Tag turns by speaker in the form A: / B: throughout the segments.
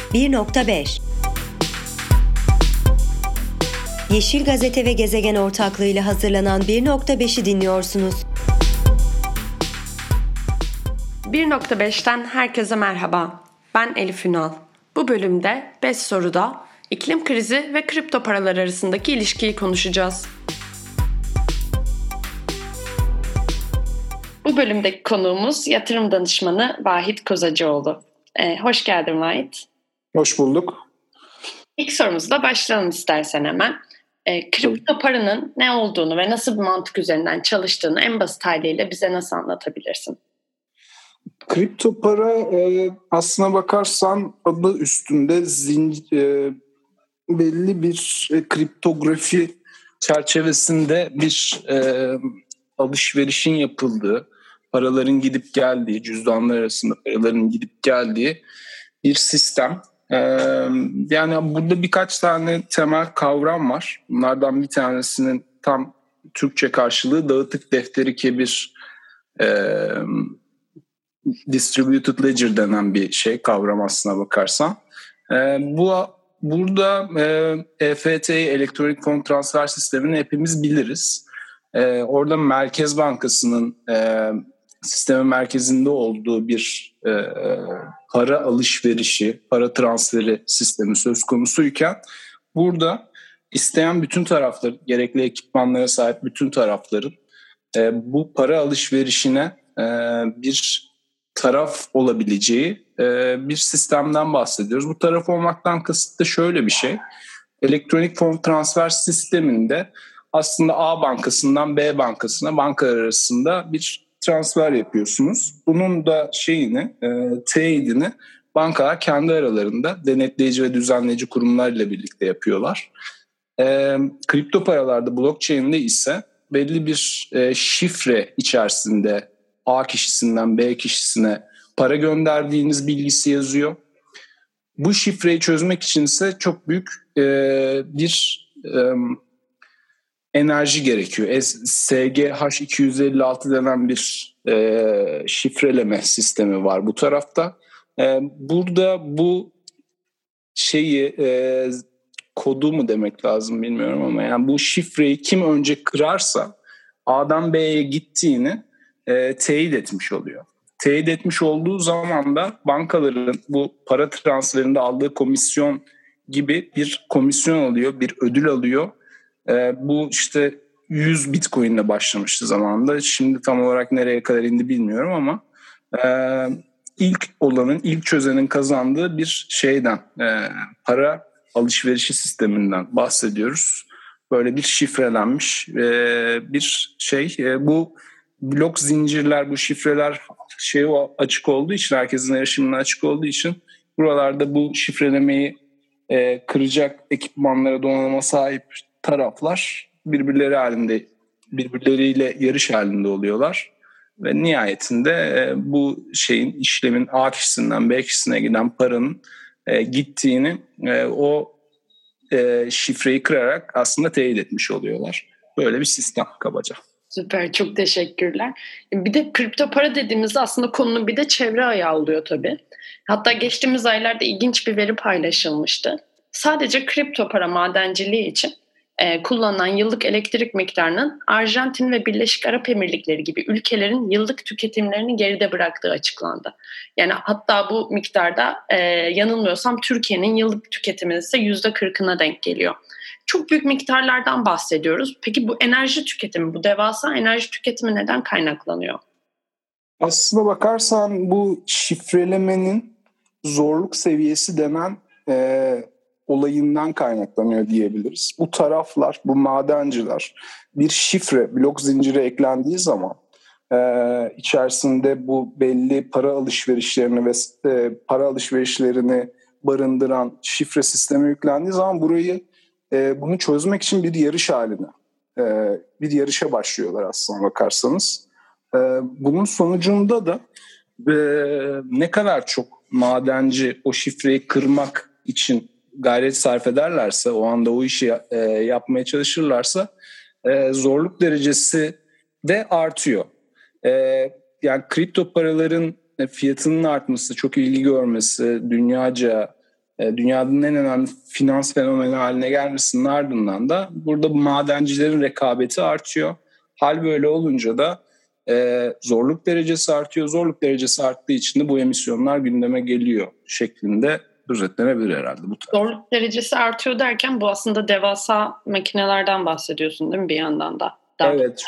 A: 1.5 Yeşil Gazete ve Gezegen ortaklığıyla hazırlanan 1.5'i dinliyorsunuz.
B: 1.5'ten herkese merhaba. Ben Elif Ünal. Bu bölümde 5 soruda iklim krizi ve kripto paralar arasındaki ilişkiyi konuşacağız. Bu bölümdeki konuğumuz yatırım danışmanı Vahit Kozacıoğlu. Hoş geldin Vahit.
C: Hoş bulduk.
B: İlk sorumuzla başlayalım istersen hemen. Kripto paranın ne olduğunu ve nasıl bir mantık üzerinden çalıştığını en basit haliyle bize nasıl anlatabilirsin?
C: Kripto para aslına bakarsan adı üstünde belli bir kriptografi çerçevesinde bir alışverişin yapıldığı, paraların gidip geldiği, cüzdanlar arasında paraların gidip geldiği bir sistem. Yani burada birkaç tane temel kavram var. Bunlardan bir tanesinin tam Türkçe karşılığı dağıtık defteri kebir, distributed ledger denen bir kavram aslına bakarsan. Burada EFT, elektronik fon transfer sistemini hepimiz biliriz. Orada Merkez Bankası'nın sistemin merkezinde olduğu bir para alışverişi, para transferi sistemi söz konusuyken burada isteyen bütün taraflar, gerekli ekipmanlara sahip bütün tarafların bu para alışverişine bir taraf olabileceği bir sistemden bahsediyoruz. Bu taraf olmaktan kasıt da şöyle bir şey. Elektronik fon transfer sisteminde aslında A bankasından B bankasına bankalar arasında bir transfer yapıyorsunuz. Bunun da teyidini bankalar kendi aralarında denetleyici ve düzenleyici kurumlarla birlikte yapıyorlar. Kripto paralarda, blockchain'de ise belli bir şifre içerisinde A kişisinden B kişisine para gönderdiğiniz bilgisi yazıyor. Bu şifreyi çözmek için ise çok büyük bir enerji gerekiyor. SGH256 denen bir şifreleme sistemi var bu tarafta. Burada bu kodu mu demek lazım bilmiyorum ama yani bu şifreyi kim önce kırarsa A'dan B'ye gittiğini teyit etmiş oluyor. Teyit etmiş olduğu zaman da bankaların bu para transferinde aldığı komisyon gibi bir komisyon alıyor, bir ödül alıyor. Bu 100 Bitcoin ile başlamıştı zamanında. Şimdi tam olarak nereye kadar indi bilmiyorum ama ilk çözenin kazandığı bir para alışverişi sisteminden bahsediyoruz. Böyle bir şifrelenmiş bir bu blok zincirler, bu şifreler açık olduğu için, herkesin erişimine açık olduğu için buralarda bu şifrelemeyi kıracak ekipmanlara, donanıma sahip taraflar birbirleriyle yarış halinde oluyorlar ve nihayetinde bu işlemin A kişisinden B kişisine giden paranın gittiğini o şifreyi kırarak aslında teyit etmiş oluyorlar. Böyle bir sistem kabaca.
B: Süper, çok teşekkürler. Bir de kripto para dediğimizde aslında konunun bir de çevre ayağı oluyor tabii. Hatta geçtiğimiz aylarda ilginç bir veri paylaşılmıştı. Sadece kripto para madenciliği için kullanılan yıllık elektrik miktarının Arjantin ve Birleşik Arap Emirlikleri gibi ülkelerin yıllık tüketimlerini geride bıraktığı açıklandı. Yani hatta bu miktarda yanılmıyorsam Türkiye'nin yıllık tüketiminin ise %40'ına denk geliyor. Çok büyük miktarlardan bahsediyoruz. Peki bu enerji tüketimi, bu devasa enerji tüketimi neden kaynaklanıyor?
C: Aslına bakarsan bu şifrelemenin zorluk seviyesi denen olayından kaynaklanıyor diyebiliriz. Bu taraflar, bu madenciler bir şifre, blok zinciri eklendiği zaman içerisinde bu belli para alışverişlerini ve para alışverişlerini barındıran şifre sistemi yüklendiği zaman bunu çözmek için bir yarışa başlıyorlar aslına bakarsanız. Bunun sonucunda da ne kadar çok madenci o şifreyi kırmak için gayret sarf ederlerse, o anda o işi yapmaya çalışırlarsa zorluk derecesi de artıyor. Yani kripto paraların fiyatının artması, çok ilgi görmesi, dünyaca dünyanın en önemli finans fenomeni haline gelmesinin ardından da burada madencilerin rekabeti artıyor. Hal böyle olunca da zorluk derecesi artıyor. Zorluk derecesi arttığı için de bu emisyonlar gündeme geliyor şeklinde özetlenebilir herhalde bu tarz.
B: Zorluk derecesi artıyor derken bu aslında devasa makinelerden bahsediyorsun değil mi bir yandan da?
C: Evet,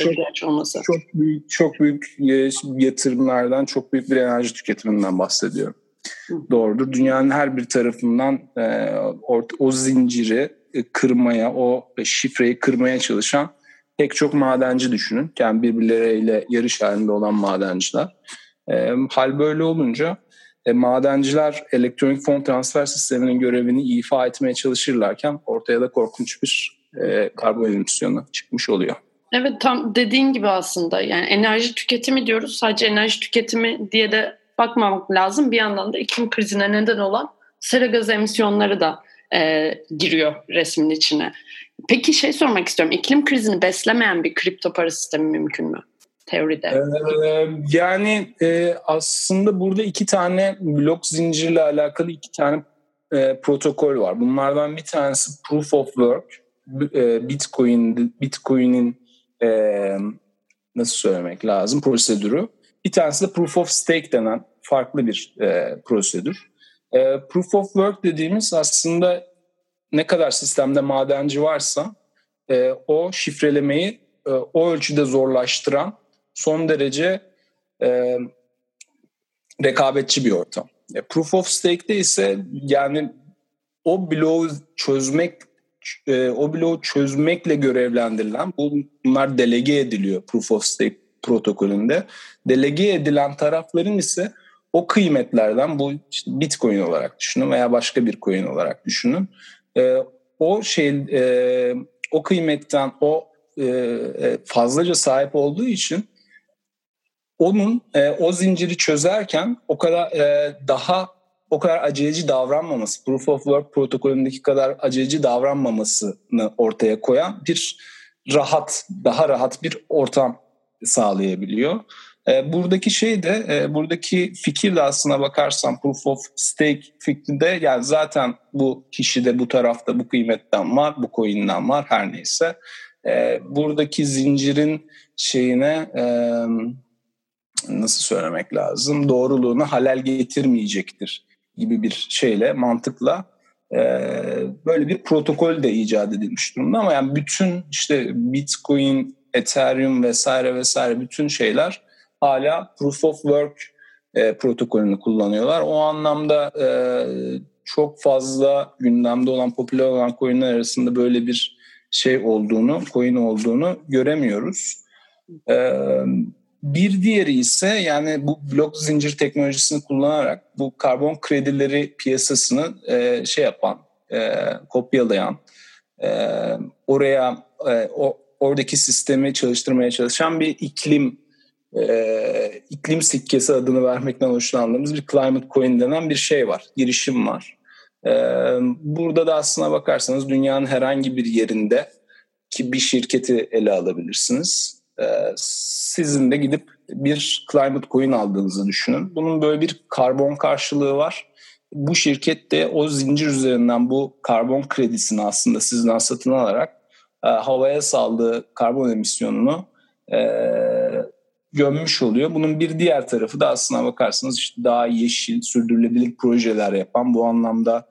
C: çok büyük yatırımlardan, çok büyük bir enerji tüketiminden bahsediyorum. Doğrudur. Dünyanın her bir tarafından o zinciri kırmaya, o şifreyi kırmaya çalışan pek çok madenci düşünün. Yani birbirleriyle yarış halinde olan madenciler. Hal böyle olunca madenciler elektronik fon transfer sisteminin görevini ifa etmeye çalışırlarken ortaya da korkunç bir karbon emisyonu çıkmış oluyor.
B: Evet, tam dediğin gibi aslında yani enerji tüketimi diyoruz. Sadece enerji tüketimi diye de bakmamak lazım. Bir yandan da iklim krizine neden olan sera gazı emisyonları da giriyor resmin içine. Peki sormak istiyorum. İklim krizini beslemeyen bir kripto para sistemi mümkün mü teoride?
C: Yani aslında burada 2 tane blok zincirle alakalı 2 tane protokol var. Bunlardan bir tanesi Proof of Work. Bitcoin'in nasıl söylemek lazım prosedürü. Bir tanesi de Proof of Stake denen farklı bir prosedür. Proof of Work dediğimiz aslında ne kadar sistemde madenci varsa o şifrelemeyi o ölçüde zorlaştıran son derece rekabetçi bir ortam. Proof of Stake'de ise yani o bloğu çözmekle görevlendirilen, bunlar delege ediliyor Proof of Stake protokolünde. Delege edilen tarafların ise o kıymetlerden, bu işte Bitcoin olarak düşünün veya başka bir coin olarak düşünün. O kıymetten fazlaca sahip olduğu için o zinciri çözerken o kadar aceleci davranmaması, Proof of Work protokolündeki kadar aceleci davranmamasını ortaya koyan daha rahat bir ortam sağlayabiliyor. Buradaki fikir de aslına bakarsan Proof of Stake fikrinde, yani zaten bu kişi de bu tarafta bu kıymetten var, bu coin'den var, her neyse. Buradaki zincirin nasıl söylemek lazım, doğruluğunu halel getirmeyecektir gibi bir mantıkla böyle bir protokol de icat edilmiş durumda. Ama yani bütün Bitcoin, Ethereum vesaire bütün şeyler hala Proof of Work protokolünü kullanıyorlar. O anlamda çok fazla gündemde olan, popüler olan coinler arasında böyle bir coin olduğunu göremiyoruz. Bir diğeri ise yani bu blok zincir teknolojisini kullanarak bu karbon kredileri piyasasını kopyalayan, oradaki sistemi çalıştırmaya çalışan bir iklim sikkesi adını vermekten hoşlandığımız bir climate coin denen bir var, girişim var. Burada da aslına bakarsanız dünyanın herhangi bir yerinde ki bir şirketi ele alabilirsiniz. Sizin de gidip bir climate coin aldığınızı düşünün. Bunun böyle bir karbon karşılığı var. Bu şirket de o zincir üzerinden bu karbon kredisini aslında sizden satın alarak havaya saldığı karbon emisyonunu gömmüş oluyor. Bunun bir diğer tarafı da aslına bakarsanız daha yeşil, sürdürülebilir projeler yapan, bu anlamda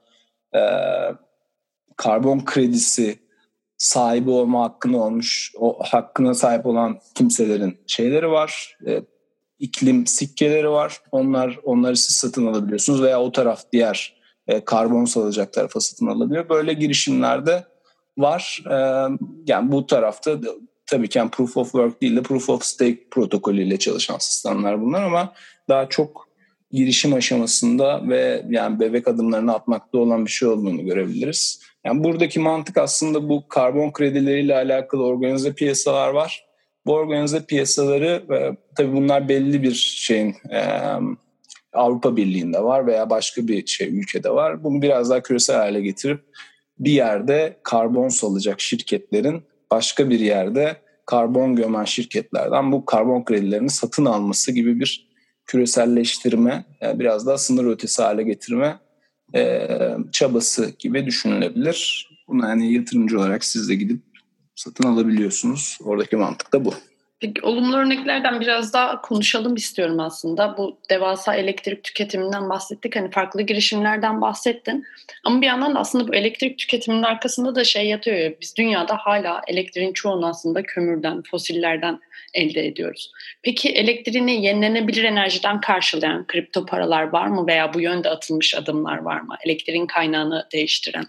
C: karbon kredisi sahibi olma hakkına sahip olan kimselerin var. İklim sikkeleri var. Onları siz satın alabiliyorsunuz veya o taraf diğer karbon salacak tarafa satın alabiliyor. Böyle girişimlerde var. Yani bu tarafta tabii ki Proof of Work değil de Proof of Stake protokolüyle çalışan sistemler bunlar, ama daha çok girişim aşamasında ve yani bebek adımlarını atmakta olan bir şey olduğunu görebiliriz. Yani buradaki mantık aslında bu karbon kredileriyle alakalı organize piyasalar var. Bu organize piyasaları tabii bunlar belli bir Avrupa Birliği'nde var veya başka bir ülkede var. Bunu biraz daha küresel hale getirip bir yerde karbon salacak şirketlerin başka bir yerde karbon gömen şirketlerden bu karbon kredilerini satın alması gibi bir küreselleştirme, yani biraz daha sınır ötesi hale getirme çabası gibi düşünülebilir. Bunu yani yatırımcı olarak siz de gidip satın alabiliyorsunuz. Oradaki mantık da bu.
B: Peki olumlu örneklerden biraz daha konuşalım istiyorum aslında. Bu devasa elektrik tüketiminden bahsettik. Hani farklı girişimlerden bahsettin. Ama bir yandan da aslında bu elektrik tüketiminin arkasında da şey yatıyor ya. Biz dünyada hala elektriğin çoğunu aslında kömürden, fosillerden elde ediyoruz. Peki elektriğini yenilenebilir enerjiden karşılayan kripto paralar var mı? Veya bu yönde atılmış adımlar var mı? Elektriğin kaynağını değiştiren.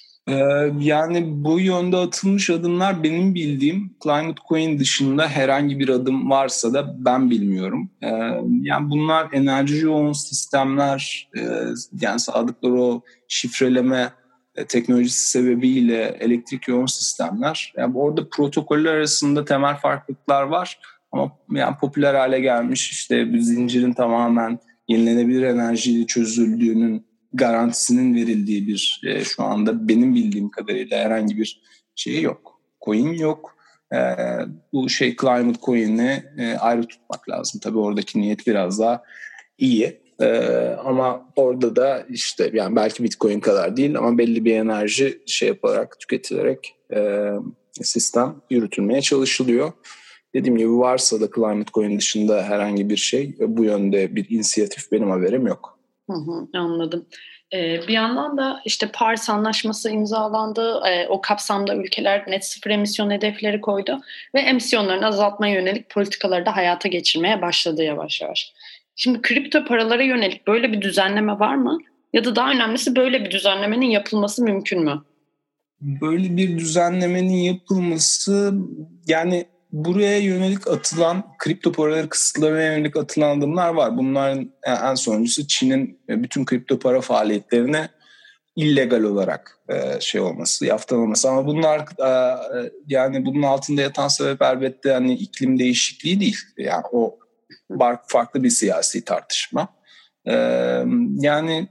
C: Yani bu yönde atılmış adımlar benim bildiğim Climate Coin dışında herhangi bir adım varsa da ben bilmiyorum. Yani bunlar enerji yoğun sistemler, yani sağladıkları o şifreleme teknolojisi sebebiyle elektrik yoğun sistemler. Yani orada protokoller arasında temel farklılıklar var ama yani popüler hale gelmiş işte bir zincirin tamamen yenilenebilir enerjiyle çözüldüğünün garantisinin verildiği bir şu anda benim bildiğim kadarıyla herhangi bir şey yok. Coin yok. Bu Climate Coin'i ayrı tutmak lazım. Tabii oradaki niyet biraz daha iyi. Ama orada da işte yani belki Bitcoin kadar değil ama belli bir enerji yaparak tüketilerek sistem yürütülmeye çalışılıyor. Dediğim gibi varsa da Climate Coin dışında herhangi bir şey bu yönde bir inisiyatif benim haberim yok.
B: Anladım. Bir yandan da işte Paris Anlaşması imzalandı. O kapsamda ülkeler net sıfır emisyon hedefleri koydu ve emisyonlarını azaltmaya yönelik politikaları da hayata geçirmeye başladı yavaş yavaş. Şimdi kripto paralara yönelik böyle bir düzenleme var mı? Ya da daha önemlisi böyle bir düzenlemenin yapılması mümkün mü?
C: Böyle bir düzenlemenin yapılması yani buraya yönelik atılan kripto paraları kısıtlamaya yönelik atılan adımlar var. Bunların en sonuncusu Çin'in bütün kripto para faaliyetlerine illegal olarak olması, yaftalaması. Ama bunlar yani bunun altında yatan sebep elbette hani iklim değişikliği değil. Yani o farklı bir siyasi tartışma. Yani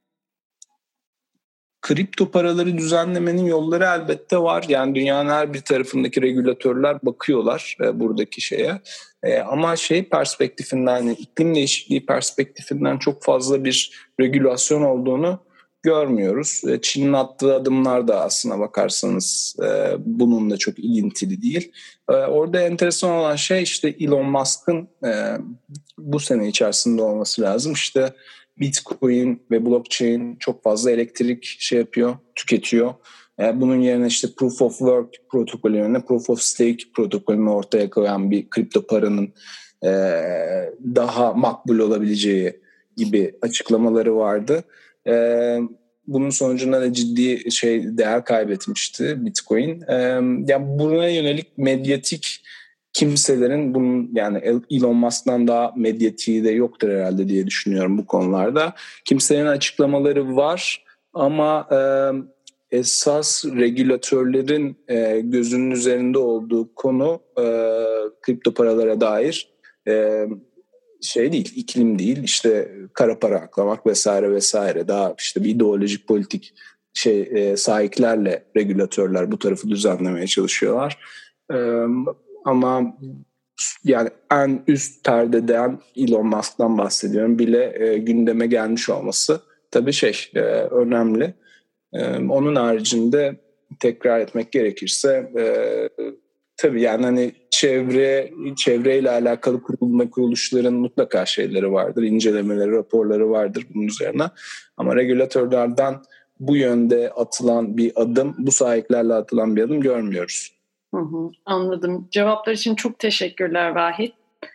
C: kripto paraları düzenlemenin yolları elbette var. Yani dünyanın her bir tarafındaki regülatörler bakıyorlar buradaki şeye. Ama perspektifinden, yani iklim değişikliği perspektifinden çok fazla bir regülasyon olduğunu görmüyoruz. Çin'in attığı adımlar da aslına bakarsanız bununla çok ilintili değil. Orada enteresan olan şey işte Elon Musk'ın bu sene içerisinde olması lazım. İşte Bitcoin ve blockchain çok fazla elektrik tüketiyor. Bunun yerine işte Proof of Work protokolü yerine Proof of Stake protokolünü ortaya koyan bir kripto paranın daha makbul olabileceği gibi açıklamaları vardı. Bunun sonucunda da ciddi değer kaybetmişti Bitcoin. Yani buna yönelik medyatik kimselerin bunun yani Elon Musk'tan daha medyatiği de yoktur herhalde diye düşünüyorum bu konularda. Kimselerin açıklamaları var ama esas regülatörlerin gözünün üzerinde olduğu konu kripto paralara dair değil, iklim değil, işte kara para aklamak vesaire vesaire. Daha işte bir ideolojik politik sahiplerle regülatörler bu tarafı düzenlemeye çalışıyorlar. Ama yani en üst perdeden Elon Musk'tan bahsediyorum bile gündeme gelmiş olması tabii önemli. Onun haricinde tekrar etmek gerekirse tabii yani hani çevreyle alakalı kuruluşların mutlaka şeyleri vardır, incelemeleri, raporları vardır bunun üzerine. Ama regülatörlerden bu yönde atılan bir adım, bu sahiplerle atılan bir adım görmüyoruz.
B: Anladım. Cevaplar için çok teşekkürler Vahit.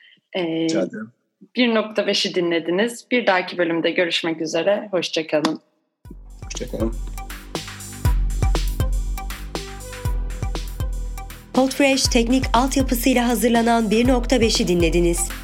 B: 1.5'i dinlediniz. Bir dahaki bölümde görüşmek üzere. Hoşçakalın.
C: Hoşçakalın.
A: Podfresh teknik altyapısıyla hazırlanan 1.5'i dinlediniz.